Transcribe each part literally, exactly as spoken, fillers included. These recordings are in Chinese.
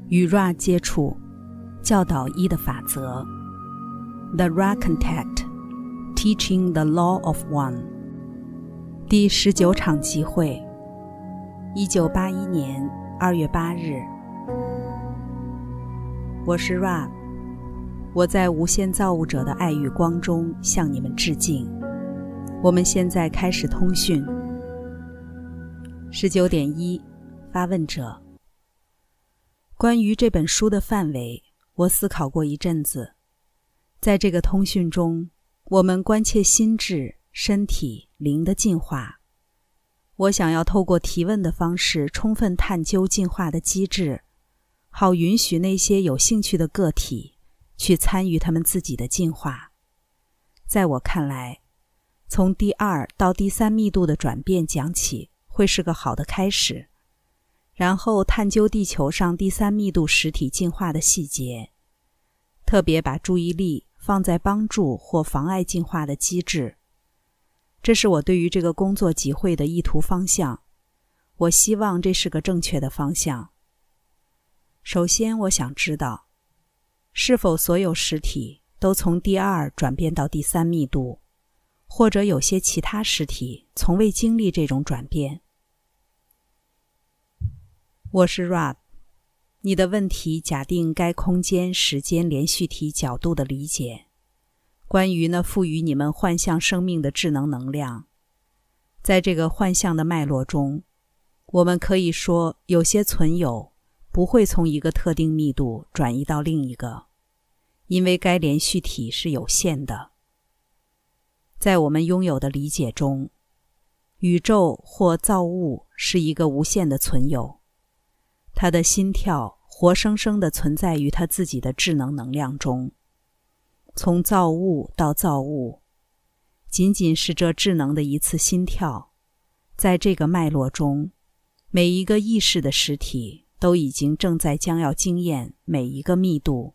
与 Ra 接触，教导一的法则 The Ra Contact Teaching the Law of One 第十九场集会一九八一年二月八日。我是 Ra， 我在无限造物者的爱与光中向你们致敬。我们现在开始通讯。十九点一发问者，关于这本书的范围，我思考过一阵子。在这个通讯中，我们关切心智、身体、灵的进化。我想要透过提问的方式充分探究进化的机制，好允许那些有兴趣的个体去参与他们自己的进化。在我看来，从第二到第三密度的转变讲起会是个好的开始，然后探究地球上第三密度实体进化的细节，特别把注意力放在帮助或妨碍进化的机制。这是我对于这个工作集会的意图方向，我希望这是个正确的方向。首先，我想知道，是否所有实体都从第二转变到第三密度，或者有些其他实体从未经历这种转变。我是 Ra， 你的问题假定该空间时间连续体角度的理解，关于那赋予你们幻象生命的智能能量。在这个幻象的脉络中，我们可以说有些存有不会从一个特定密度转移到另一个，因为该连续体是有限的。在我们拥有的理解中，宇宙或造物是一个无限的存有，它的心跳活生生地存在于它自己的智能能量中。从造物到造物，仅仅是这智能的一次心跳。在这个脉络中，每一个意识的实体都已经正在将要经验每一个密度。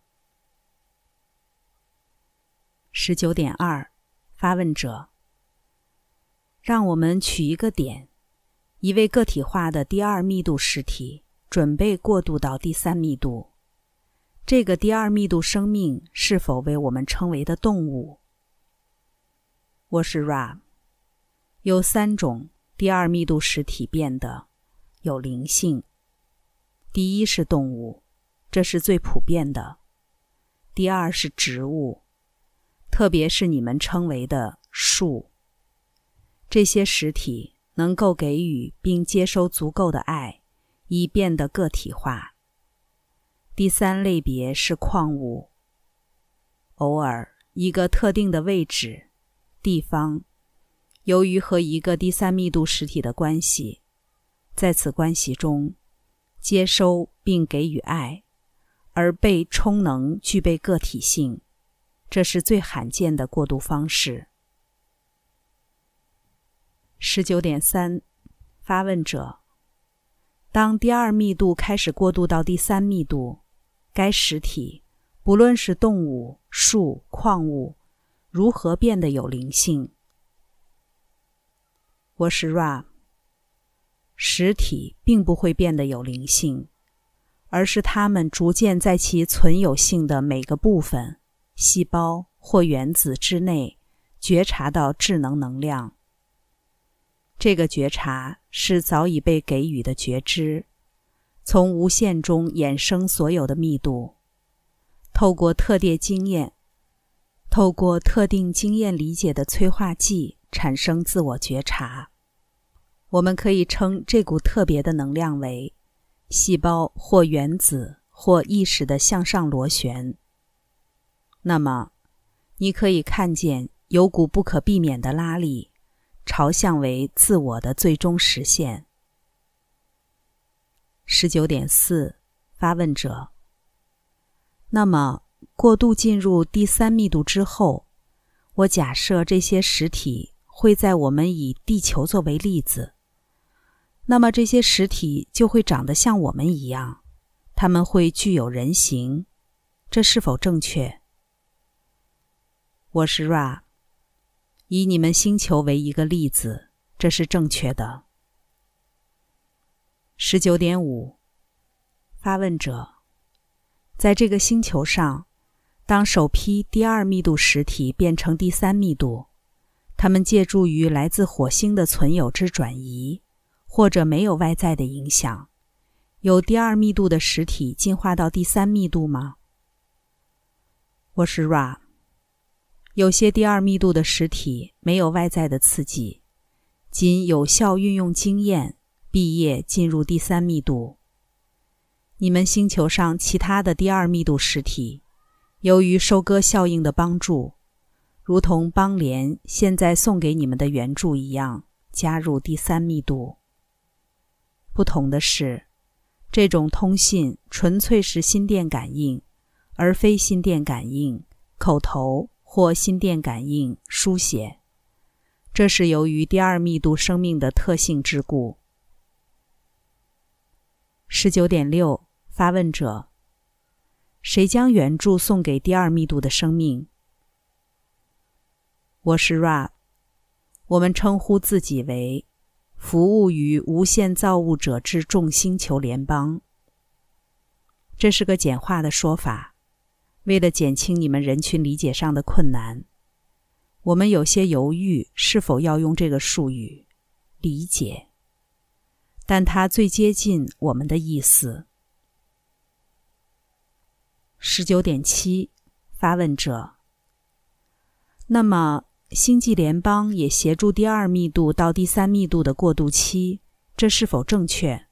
十九点二发问者，让我们取一个点，一位个体化的第二密度实体准备过渡到第三密度。这个第二密度生命是否为我们称为的动物？我是 Ra， 有三种第二密度实体变得有灵性。第一是动物，这是最普遍的。第二是植物，特别是你们称为的树。这些实体能够给予并接收足够的爱，以变得个体化。第三类别是矿物，偶尔一个特定的位置、地方，由于和一个第三密度实体的关系，在此关系中接收并给予爱，而被充能具备个体性，这是最罕见的过渡方式。十九点三发问者，当第二密度开始过渡到第三密度，该实体不论是动物、树、矿物，如何变得有灵性？我是 Ra， 实体并不会变得有灵性，而是它们逐渐在其存有性的每个部分、细胞或原子之内觉察到智能能量。这个觉察是早已被给予的觉知，从无限中衍生所有的密度，透过特定经验，透过特定经验理解的催化剂产生自我觉察。我们可以称这股特别的能量为细胞或原子或意识的向上螺旋。那么，你可以看见有股不可避免的拉力，朝向为自我的最终实现。十九点四发问者，那么过渡进入第三密度之后，我假设这些实体会在我们以地球作为例子，那么这些实体就会长得像我们一样，它们会具有人形，这是否正确？我是 Ra， 以你们星球为一个例子，这是正确的。十九点五发问者， 在这个星球上，当首批第二密度实体变成第三密度，它们借助于来自火星的存有之转移，或者没有外在的影响，由第二密度的实体进化到第三密度吗？我是 Ra。 有些第二密度的实体没有外在的刺激，仅有效运用经验，毕业进入第三密度。你们星球上其他的第二密度实体，由于收割效应的帮助，如同邦联现在送给你们的援助一样，加入第三密度。不同的是，这种通信纯粹是心电感应，而非心电感应、口头或心电感应、书写。这是由于第二密度生命的特性之故。 十九点六 发问者：谁将援助送给第二密度的生命？我是 Ra。 我们称呼自己为服务于无限造物者之众星球联邦。这是个简化的说法，为了减轻你们人群理解上的困难，我们有些犹豫是否要用这个术语理解，但它最接近我们的意思。 十九点七 发问者：那么星际联邦也协助第二密度到第三密度的过渡期，这是否正确？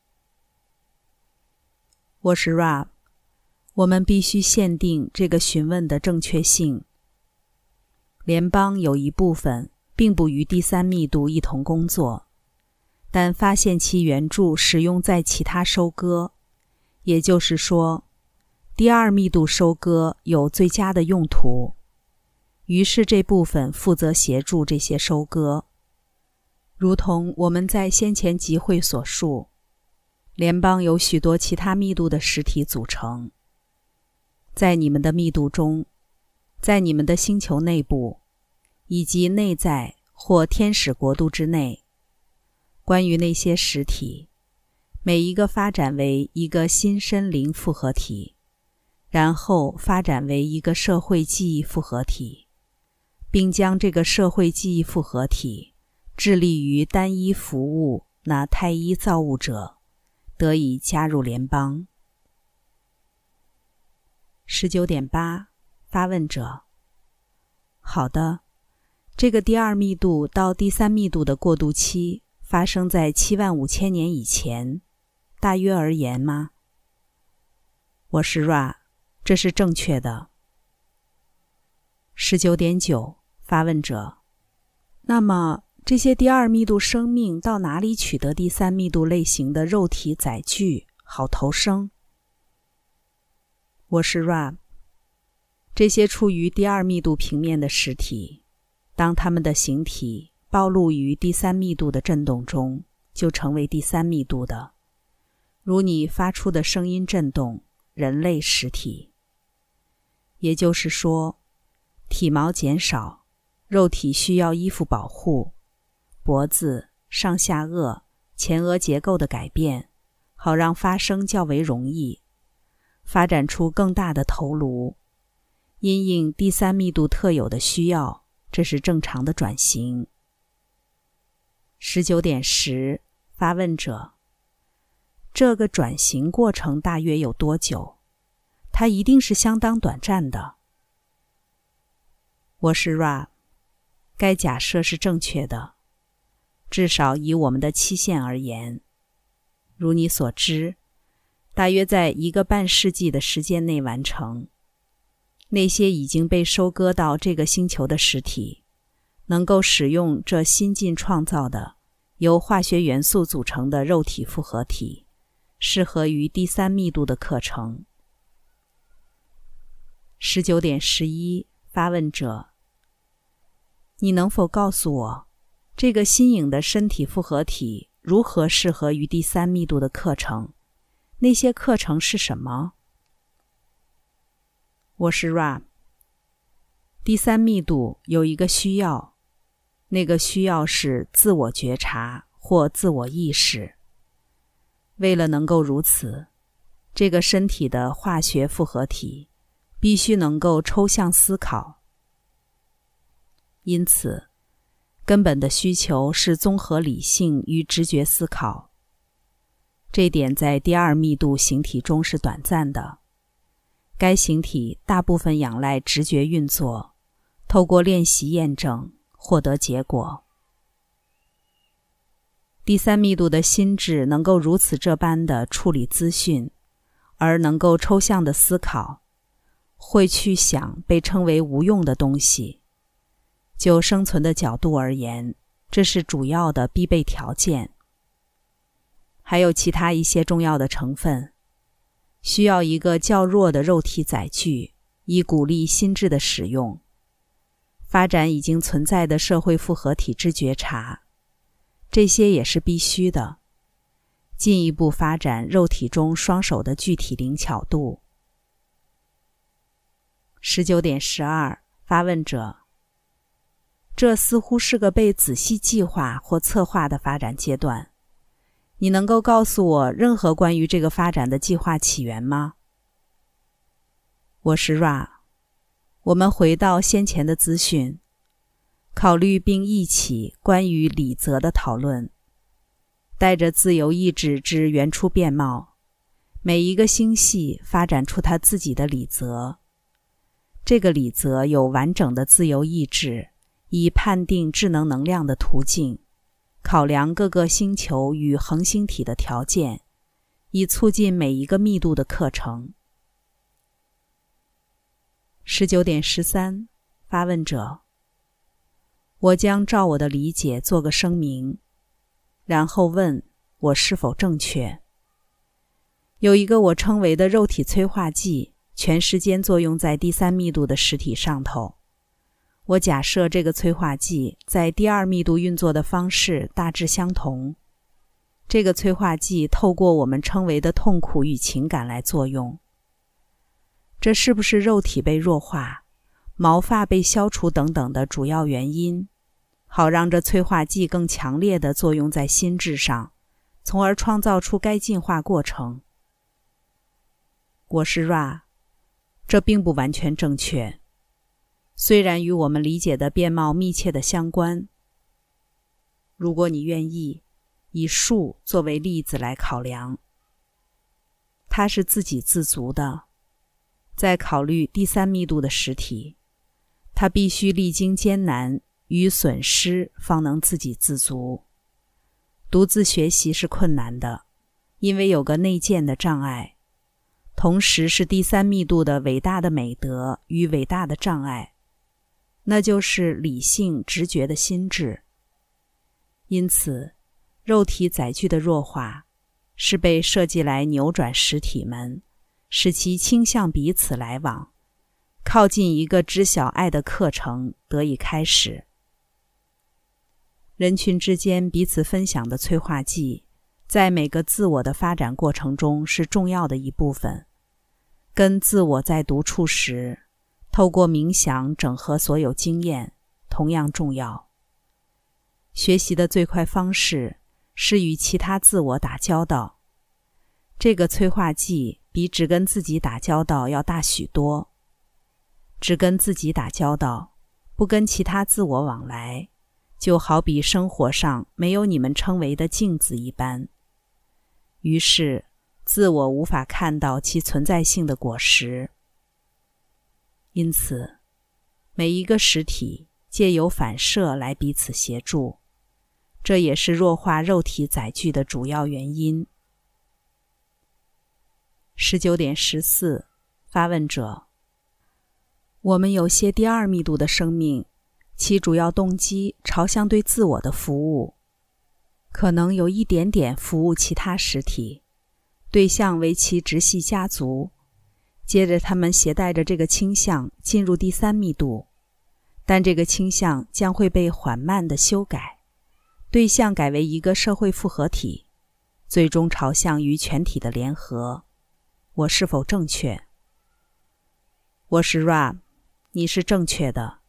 我是 Ra。 我们必须限定这个询问的正确性。联邦有一部分并不与第三密度一同工作，但发现其援助使用在其他收割，也就是说，第二密度收割有最佳的用途，于是这部分负责协助这些收割。如同我们在先前集会所述，联邦由许多其他密度的实体组成。在你们的密度中，在你们的星球内部，以及内在或天使国度之内，关于那些实体，每一个发展为一个新身灵复合体，然后发展为一个社会记忆复合体，并将这个社会记忆复合体致力于单一服务那太一造物者，得以加入联邦。 十九点八 发问者：好的，这个第二密度到第三密度的过渡期发生在七万五千年以前，大约而言吗？我是 Ra， 这是正确的。 十九点九 发问者：那么这些第二密度生命到哪里取得第三密度类型的肉体载具，好投生？我是 Ra。 这些处于第二密度平面的实体，当它们的形体暴露于第三密度的振动中，就成为第三密度的，如你发出的声音振动，人类实体。也就是说，体毛减少，肉体需要衣服保护，脖子、上下颚、前额结构的改变，好让发声较为容易，发展出更大的头颅，因应第三密度特有的需要，这是正常的转型。 十九点十 发问者：这个转型过程大约有多久？它一定是相当短暂的。我是 Ra。 该假设是正确的，至少以我们的期限而言。如你所知，大约在一个半世纪的时间内完成。那些已经被收割到这个星球的实体，能够使用这新近创造的由化学元素组成的肉体复合体，适合于第三密度的课程。 十九点十一 发问者：你能否告诉我，这个新颖的身体复合体如何适合于第三密度的课程？那些课程是什么？我是 Ra。 第三密度有一个需要，那个需要是自我觉察或自我意识。为了能够如此， 这个身体的化学复合体必须能够抽象思考。因此，根本的需求是综合理性与直觉思考。这点在第二密度形体中是短暂的，该形体大部分仰赖直觉运作，透过练习验证，获得结果。第三密度的心智能够如此这般地处理资讯，而能够抽象地思考，会去想被称为无用的东西。就生存的角度而言，这是主要的必备条件。还有其他一些重要的成分，需要一个较弱的肉体载具，以鼓励心智的使用，发展已经存在的社会复合体之觉察，这些也是必须的。进一步发展肉体中双手的具体灵巧度。十九点十二，发问者：这似乎是个被仔细计划或策划的发展阶段。你能够告诉我任何关于这个发展的计划起源吗？我是 Ra。 我们回到先前的资讯，考虑并忆起关于理则的讨论。带着自由意志之原初面貌，每一个星系发展出它自己的理则。这个理则有完整的自由意志，以判定智能能量的途径，考量各个星球与恒星体的条件，以促进每一个密度的课程。十九点十三，发问者：我将照我的理解做个声明，然后问我是否正确。有一个我称为的肉体催化剂，全时间作用在第三密度的实体上头。我假设这个催化剂在第二密度运作的方式大致相同。这个催化剂透过我们称为的痛苦与情感来作用。这是不是肉体被弱化、毛发被消除等等的主要原因，好让这催化剂更强烈地作用在心智上，从而创造出该进化过程？我是 Ra， 这并不完全正确，虽然与我们理解的面貌密切的相关。如果你愿意，以树作为例子来考量，它是自给自足的。在考虑第三密度的实体，它必须历经艰难与损失方能自给自足。独自学习是困难的，因为有个内建的障碍，同时是第三密度的伟大的美德与伟大的障碍，那就是理性直觉的心智。因此，肉体载具的弱化是被设计来扭转实体们，使其倾向彼此来往，靠近一个知晓爱的课程得以开始。人群之间彼此分享的催化剂，在每个自我的发展过程中是重要的一部分，跟自我在独处时透过冥想整合所有经验同样重要。学习的最快方式是与其他自我打交道，这个催化剂比只跟自己打交道要大许多。只跟自己打交道，不跟其他自我往来，就好比生活上没有你们称为的镜子一般。于是，自我无法看到其存在性的果实。因此，每一个实体借由反射来彼此协助，这也是弱化肉体载具的主要原因。十九点十四，发问者：我们有些第二密度的生命，其主要动机朝向对自我的服务，可能有一点点服务其他实体，对象为其直系家族。接着他们携带着这个倾向进入第三密度，但这个倾向将会被缓慢地修改，对象改为一个社会复合体，最终朝向于全体的联合。我是否正确？我是 Ra， 你是正确的。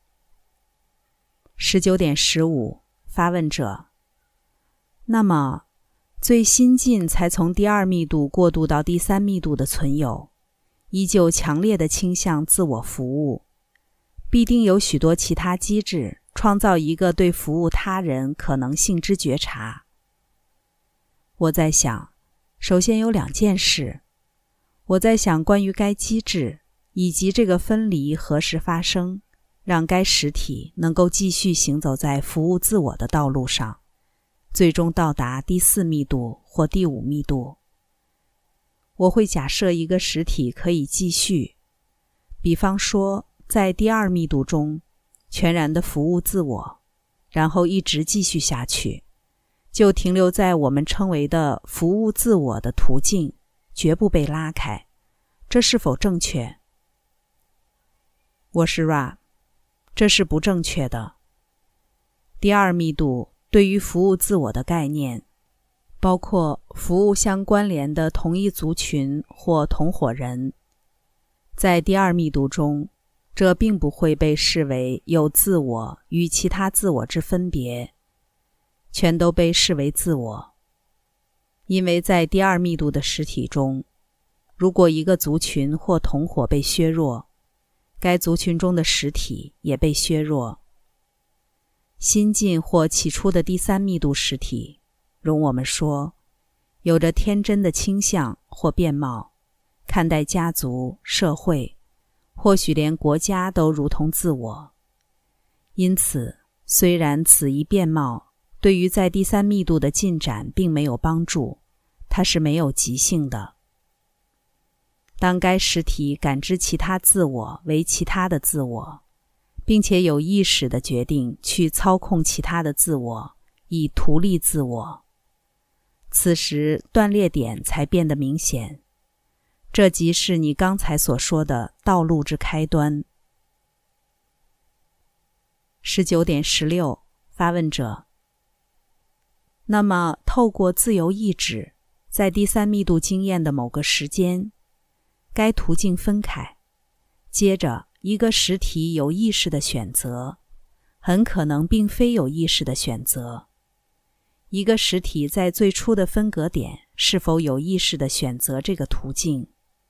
十九点十五，发问者：那么， 最新近才从第二密度过渡到第三密度的存有，依旧强烈的倾向自我服务，必定有许多其他机制创造一个对服务他人可能性之觉察。我在想，首先有两件事。我在想关于该机制，以及这个分离何时发生，让该实体能够继续行走在服务自我的道路上，最终到达第四密度或第五密度。我会假设一个实体可以继续，比方说在第二密度中全然的服务自我，然后一直继续下去，就停留在我们称为的服务自我的途径，绝不被拉开。这是否正确？我是 Ra， 这是不正确的。第二密度对于服务自我的概念，包括服务相关联的同一族群或同伙人，在第二密度中，这并不会被视为有自我与其他自我之分别，全都被视为自我。因为在第二密度的实体中，如果一个族群或同伙被削弱，该族群中的实体也被削弱。新进或起初的第三密度实体，容我们说，有着天真的倾向或面貌，看待家族、社会，或许连国家都如同自我。因此，虽然此一面貌对于在第三密度的进展并没有帮助，它是没有极性的。当该实体感知其他自我为其他的自我，并且有意识地决定去操控其他的自我，以图利自我，此时断裂点才变得明显。这即是你刚才所说的道路之开端。 十九点十六 发问者：那么透过自由意志，在第三密度经验的某个时间，该途径分开，接着一个实体有意识的选择，很可能并非有意识的选择。一个实体在最初的分隔点是否有意识的选择这个途径？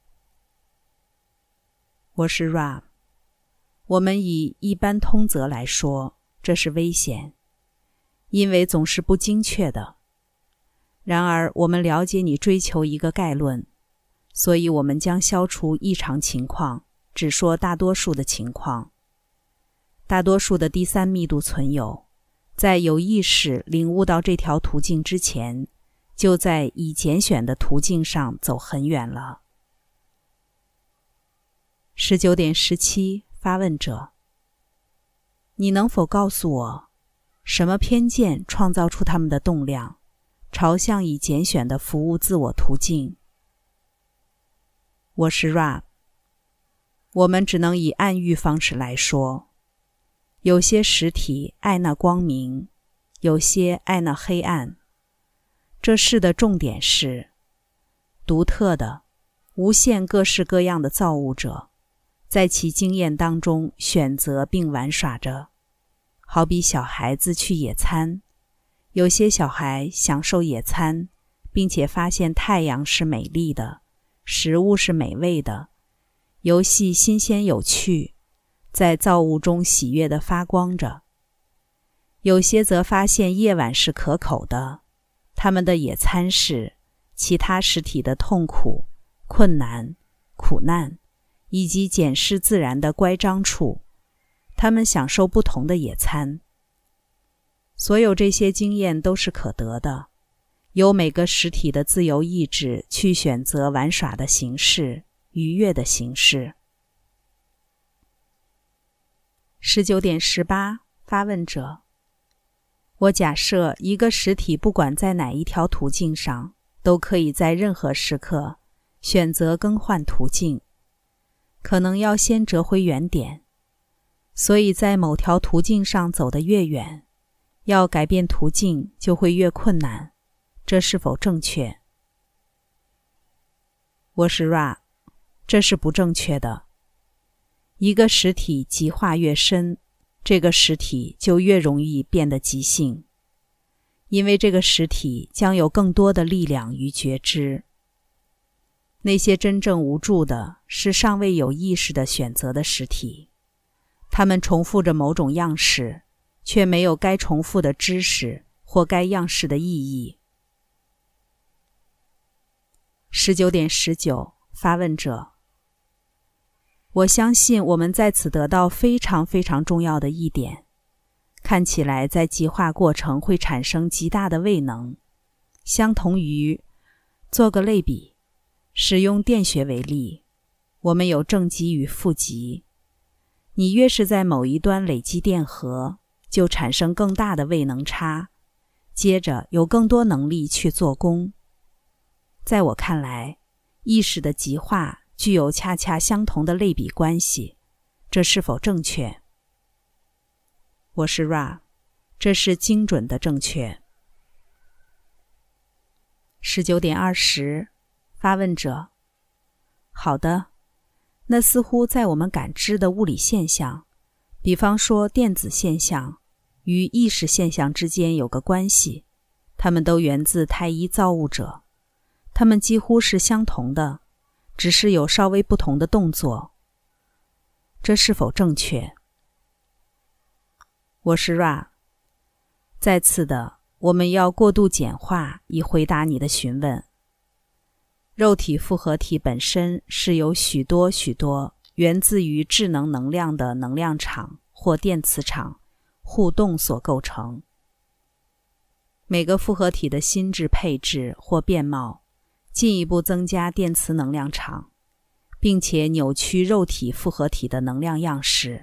我是 Ra。 我们以一般通则来说，这是危险，因为总是不精确的。然而我们了解你追求一个概论，所以我们将消除异常情况，只说大多数的情况。大多数的第三密度存有，在有意识领悟到这条途径之前，就在已拣选的途径上走很远了。 十九点十七 发问者：你能否告诉我，什么偏见创造出他们的动量，朝向已拣选的服务自我途径？我是 Ra。 我们只能以暗喻方式来说，有些实体爱那光明，有些爱那黑暗。这事的重点是，独特的、无限各式各样的造物者，在其经验当中选择并玩耍着，好比小孩子去野餐，有些小孩享受野餐，并且发现太阳是美丽的，食物是美味的，游戏新鲜有趣，在造物中喜悦地发光着。有些则发现夜晚是可口的，他们的野餐是其他实体的痛苦、困难、苦难，以及检视自然的乖张处，他们享受不同的野餐。所有这些经验都是可得的，由每个实体的自由意志去选择玩耍的形式、愉悦的形式。 十九点十八 发问者：我假设一个实体不管在哪一条途径上，都可以在任何时刻选择更换途径，可能要先折回原点，所以在某条途径上走得越远，要改变途径就会越困难。这是否正确？我是 Ra。 这是不正确的。一个实体极化越深，这个实体就越容易变得极性。 因为这个实体将有更多的力量与觉知。那些真正无助的是尚未有意识的选择的实体，它们重复着某种样式，却没有该重复的知识或该样式的意义。十九点十九，发问者：我相信我们在此得到非常非常重要的一点，看起来在极化过程会产生极大的位能，相同于，做个类比，使用电学为例，我们有正极与负极。你越是在某一端累积电荷，就产生更大的位能差，接着有更多能力去做功。在我看来，意识的极化具有恰恰相同的类比关系，这是否正确？我是 Ra， 这是精准的正确。十九点二十，发问者：好的，那似乎在我们感知的物理现象，比方说电子现象，与意识现象之间有个关系，它们都源自太一造物者，它们几乎是相同的，只是有稍微不同的动作。这是否正确？我是 Ra。 再次的，我们要过度简化以回答你的询问。肉体复合体本身是由许多许多源自于智能能量的能量场或电磁场互动所构成。每个复合体的心智配置或变貌进一步增加电磁能量场，并且扭曲肉体复合体的能量样式。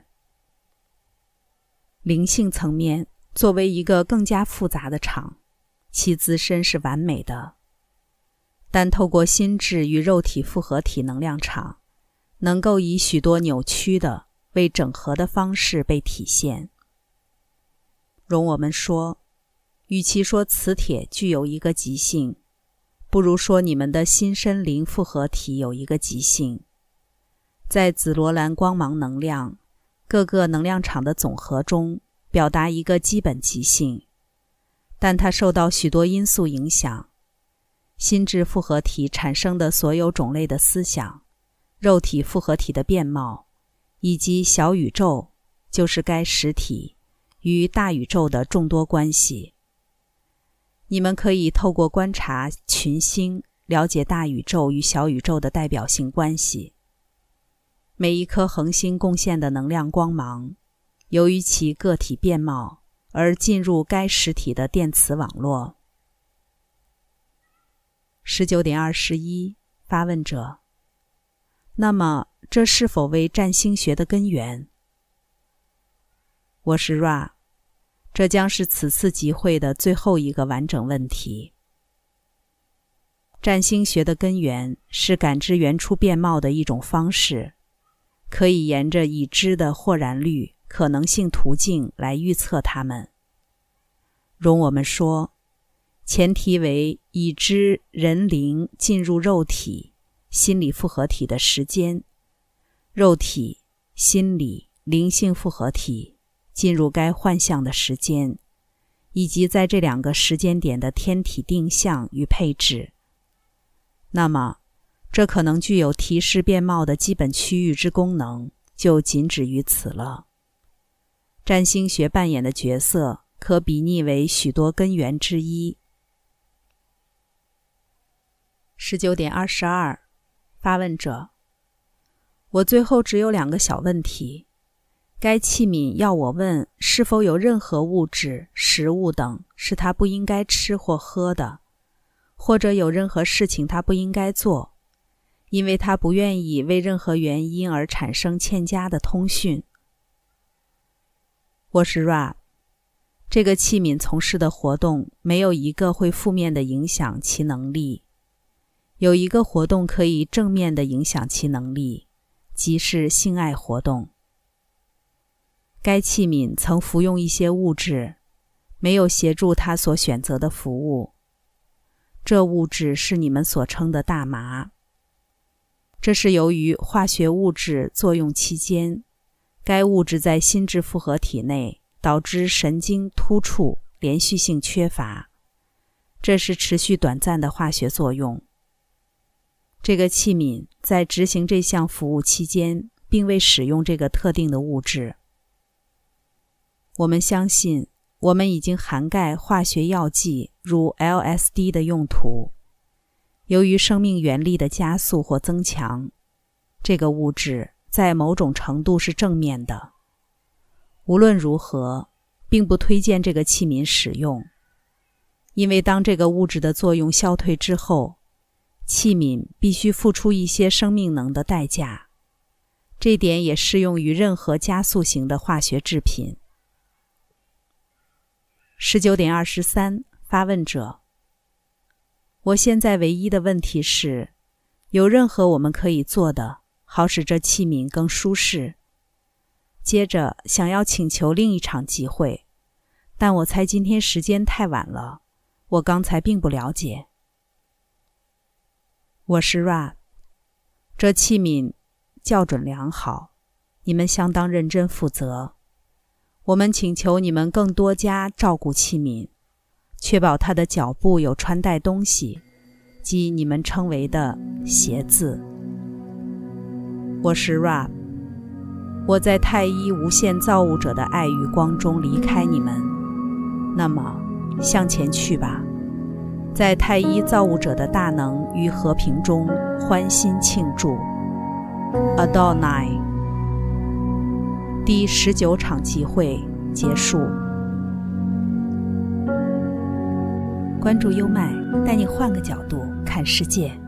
灵性层面作为一个更加复杂的场，其自身是完美的，但透过心智与肉体复合体能量场，能够以许多扭曲的为整合的方式被体现。容我们说，与其说磁铁具有一个极性，不如说你们的心身灵复合体有一个极性。在紫罗兰光芒能量各个能量场的总和中表达一个基本极性，但它受到许多因素影响。心智复合体产生的所有种类的思想，肉体复合体的变貌，以及小宇宙，就是该实体与大宇宙的众多关系。你们可以透过观察群星，了解大宇宙与小宇宙的代表性关系。每一颗恒星贡献的能量光芒，由于其个体变貌而进入该实体的电磁网络。十九点二十一，发问者：那么这是否为占星学的根源？我是 Ra， 这将是此次集会的最后一个完整问题。占星学的根源是感知原初变貌的一种方式，可以沿着已知的或然率可能性途径来预测它们。容我们说，前提为已知人灵进入肉体、心理复合体的时间，肉体、心理、灵性复合体进入该幻象的时间，以及在这两个时间点的天体定向与配置。那么，这可能具有提示变貌的基本区域之功能，就仅止于此了。占星学扮演的角色可比拟为许多根源之一。十九点二十二，发问者：我最后只有两个小问题。该器皿要我问是否有任何物质、食物等是他不应该吃或喝的，或者有任何事情他不应该做，因为他不愿意为任何原因而产生欠佳的通讯。我是 Ra， 这个器皿从事的活动没有一个会负面的影响其能力，有一个活动可以正面的影响其能力，即是性爱活动。该器皿曾服用一些物质，没有协助他所选择的服务。这物质是你们所称的大麻。这是由于化学物质作用期间，该物质在心智复合体内导致神经突触连续性缺乏， 这是持续短暂的化学作用。这个器皿在执行这项服务期间并未使用这个特定的物质。我们相信我们已经涵盖化学药剂如 L S D 的用途。由于生命原力的加速或增强，这个物质在某种程度是正面的。无论如何，并不推荐这个器皿使用，因为当这个物质的作用消退之后，器皿必须付出一些生命能的代价。这点也适用于任何加速型的化学制品。十九点二十三，发问者：我现在唯一的问题是，有任何我们可以做的，好使这器皿更舒适？接着想要请求另一场集会，但我猜今天时间太晚了，我刚才并不了解。我是 Rab， 这器皿校准良好，你们相当认真负责。我们请求你们更多加照顾器皿，确保它的脚部有穿戴东西，即你们称为的鞋子。我是 Rab， 我在太一无限造物者的爱与光中离开你们，那么向前去吧，在太一造物者的大能与和平中欢欣庆祝。Adonai。第十九场集会结束。关注优麦，带你换个角度看世界。